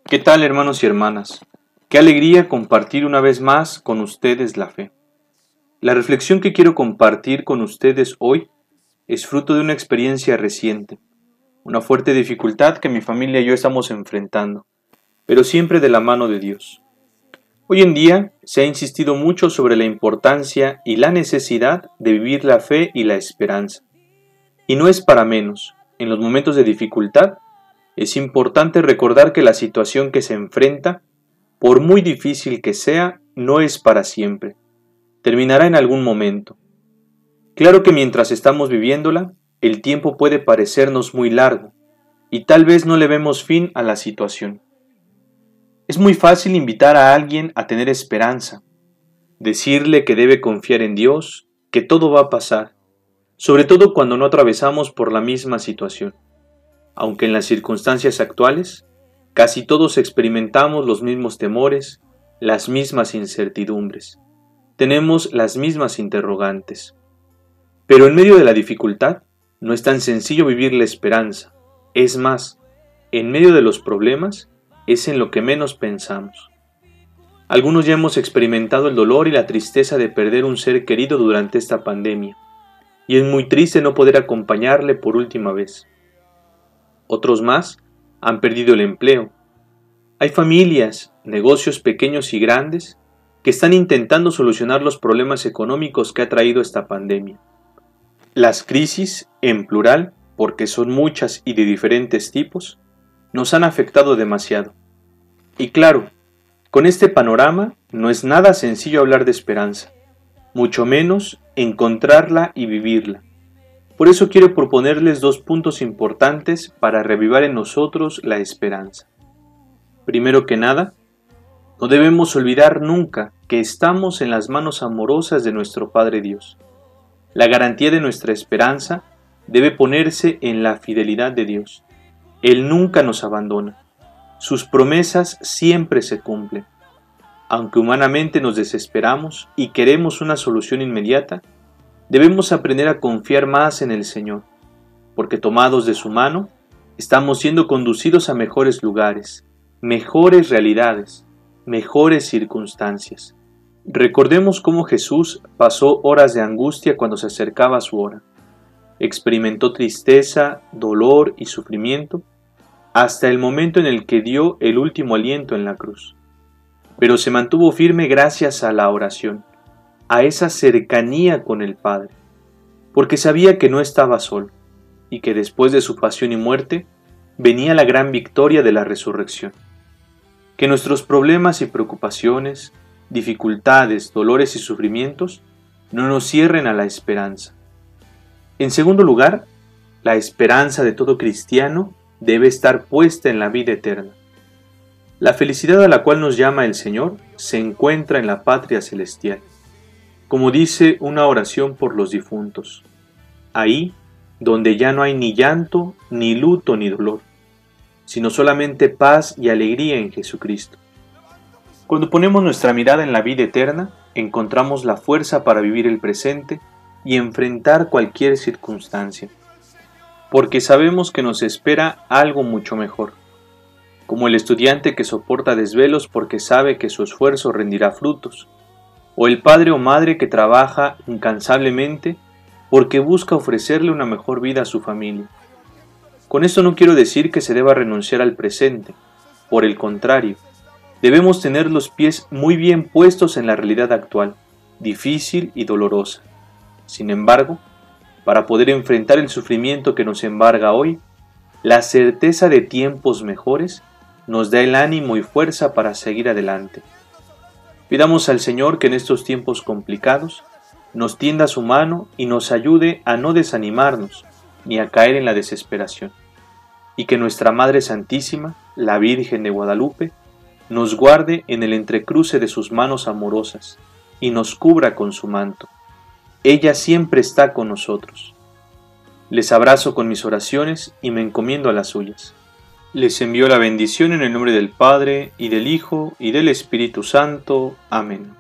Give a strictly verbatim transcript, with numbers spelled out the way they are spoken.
¿Qué tal, hermanos y hermanas? Qué alegría compartir una vez más con ustedes la fe. La reflexión que quiero compartir con ustedes hoy es fruto de una experiencia reciente, una fuerte dificultad que mi familia y yo estamos enfrentando, pero siempre de la mano de Dios. Hoy en día se ha insistido mucho sobre la importancia y la necesidad de vivir la fe y la esperanza. Y no es para menos, en los momentos de dificultad, es importante recordar que la situación que se enfrenta, por muy difícil que sea, no es para siempre. Terminará en algún momento. Claro que mientras estamos viviéndola, el tiempo puede parecernos muy largo, y tal vez no le vemos fin a la situación. Es muy fácil invitar a alguien a tener esperanza, decirle que debe confiar en Dios, que todo va a pasar, sobre todo cuando no atravesamos por la misma situación. Aunque en las circunstancias actuales, casi todos experimentamos los mismos temores, las mismas incertidumbres, tenemos las mismas interrogantes. Pero en medio de la dificultad, no es tan sencillo vivir la esperanza. Es más, en medio de los problemas, es en lo que menos pensamos. Algunos ya hemos experimentado el dolor y la tristeza de perder un ser querido durante esta pandemia, y es muy triste no poder acompañarle por última vez. Otros más han perdido el empleo. Hay familias, negocios pequeños y grandes, que están intentando solucionar los problemas económicos que ha traído esta pandemia. Las crisis, en plural, porque son muchas y de diferentes tipos, nos han afectado demasiado. Y claro, con este panorama no es nada sencillo hablar de esperanza, mucho menos encontrarla y vivirla. Por eso quiero proponerles dos puntos importantes para reavivar en nosotros la esperanza. Primero que nada, no debemos olvidar nunca que estamos en las manos amorosas de nuestro Padre Dios. La garantía de nuestra esperanza debe ponerse en la fidelidad de Dios. Él nunca nos abandona. Sus promesas siempre se cumplen. Aunque humanamente nos desesperamos y queremos una solución inmediata, debemos aprender a confiar más en el Señor, porque tomados de su mano, estamos siendo conducidos a mejores lugares, mejores realidades, mejores circunstancias. Recordemos cómo Jesús pasó horas de angustia cuando se acercaba a su hora. Experimentó tristeza, dolor y sufrimiento, hasta el momento en el que dio el último aliento en la cruz. Pero se mantuvo firme gracias a la oración, a esa cercanía con el Padre, porque sabía que no estaba solo, y que después de su pasión y muerte, venía la gran victoria de la resurrección. Que nuestros problemas y preocupaciones, dificultades, dolores y sufrimientos no nos cierren a la esperanza. En segundo lugar, la esperanza de todo cristiano debe estar puesta en la vida eterna. La felicidad a la cual nos llama el Señor se encuentra en la patria celestial. Como dice una oración por los difuntos, ahí donde ya no hay ni llanto, ni luto, ni dolor, sino solamente paz y alegría en Jesucristo. Cuando ponemos nuestra mirada en la vida eterna, encontramos la fuerza para vivir el presente y enfrentar cualquier circunstancia, porque sabemos que nos espera algo mucho mejor, como el estudiante que soporta desvelos porque sabe que su esfuerzo rendirá frutos, o el padre o madre que trabaja incansablemente porque busca ofrecerle una mejor vida a su familia. Con esto no quiero decir que se deba renunciar al presente, por el contrario, debemos tener los pies muy bien puestos en la realidad actual, difícil y dolorosa. Sin embargo, para poder enfrentar el sufrimiento que nos embarga hoy, la certeza de tiempos mejores nos da el ánimo y fuerza para seguir adelante. Pidamos al Señor que en estos tiempos complicados nos tienda su mano y nos ayude a no desanimarnos ni a caer en la desesperación, y que nuestra Madre Santísima, la Virgen de Guadalupe, nos guarde en el entrecruce de sus manos amorosas y nos cubra con su manto. Ella siempre está con nosotros. Les abrazo con mis oraciones y me encomiendo a las suyas. Les envío la bendición en el nombre del Padre, y del Hijo, y del Espíritu Santo. Amén.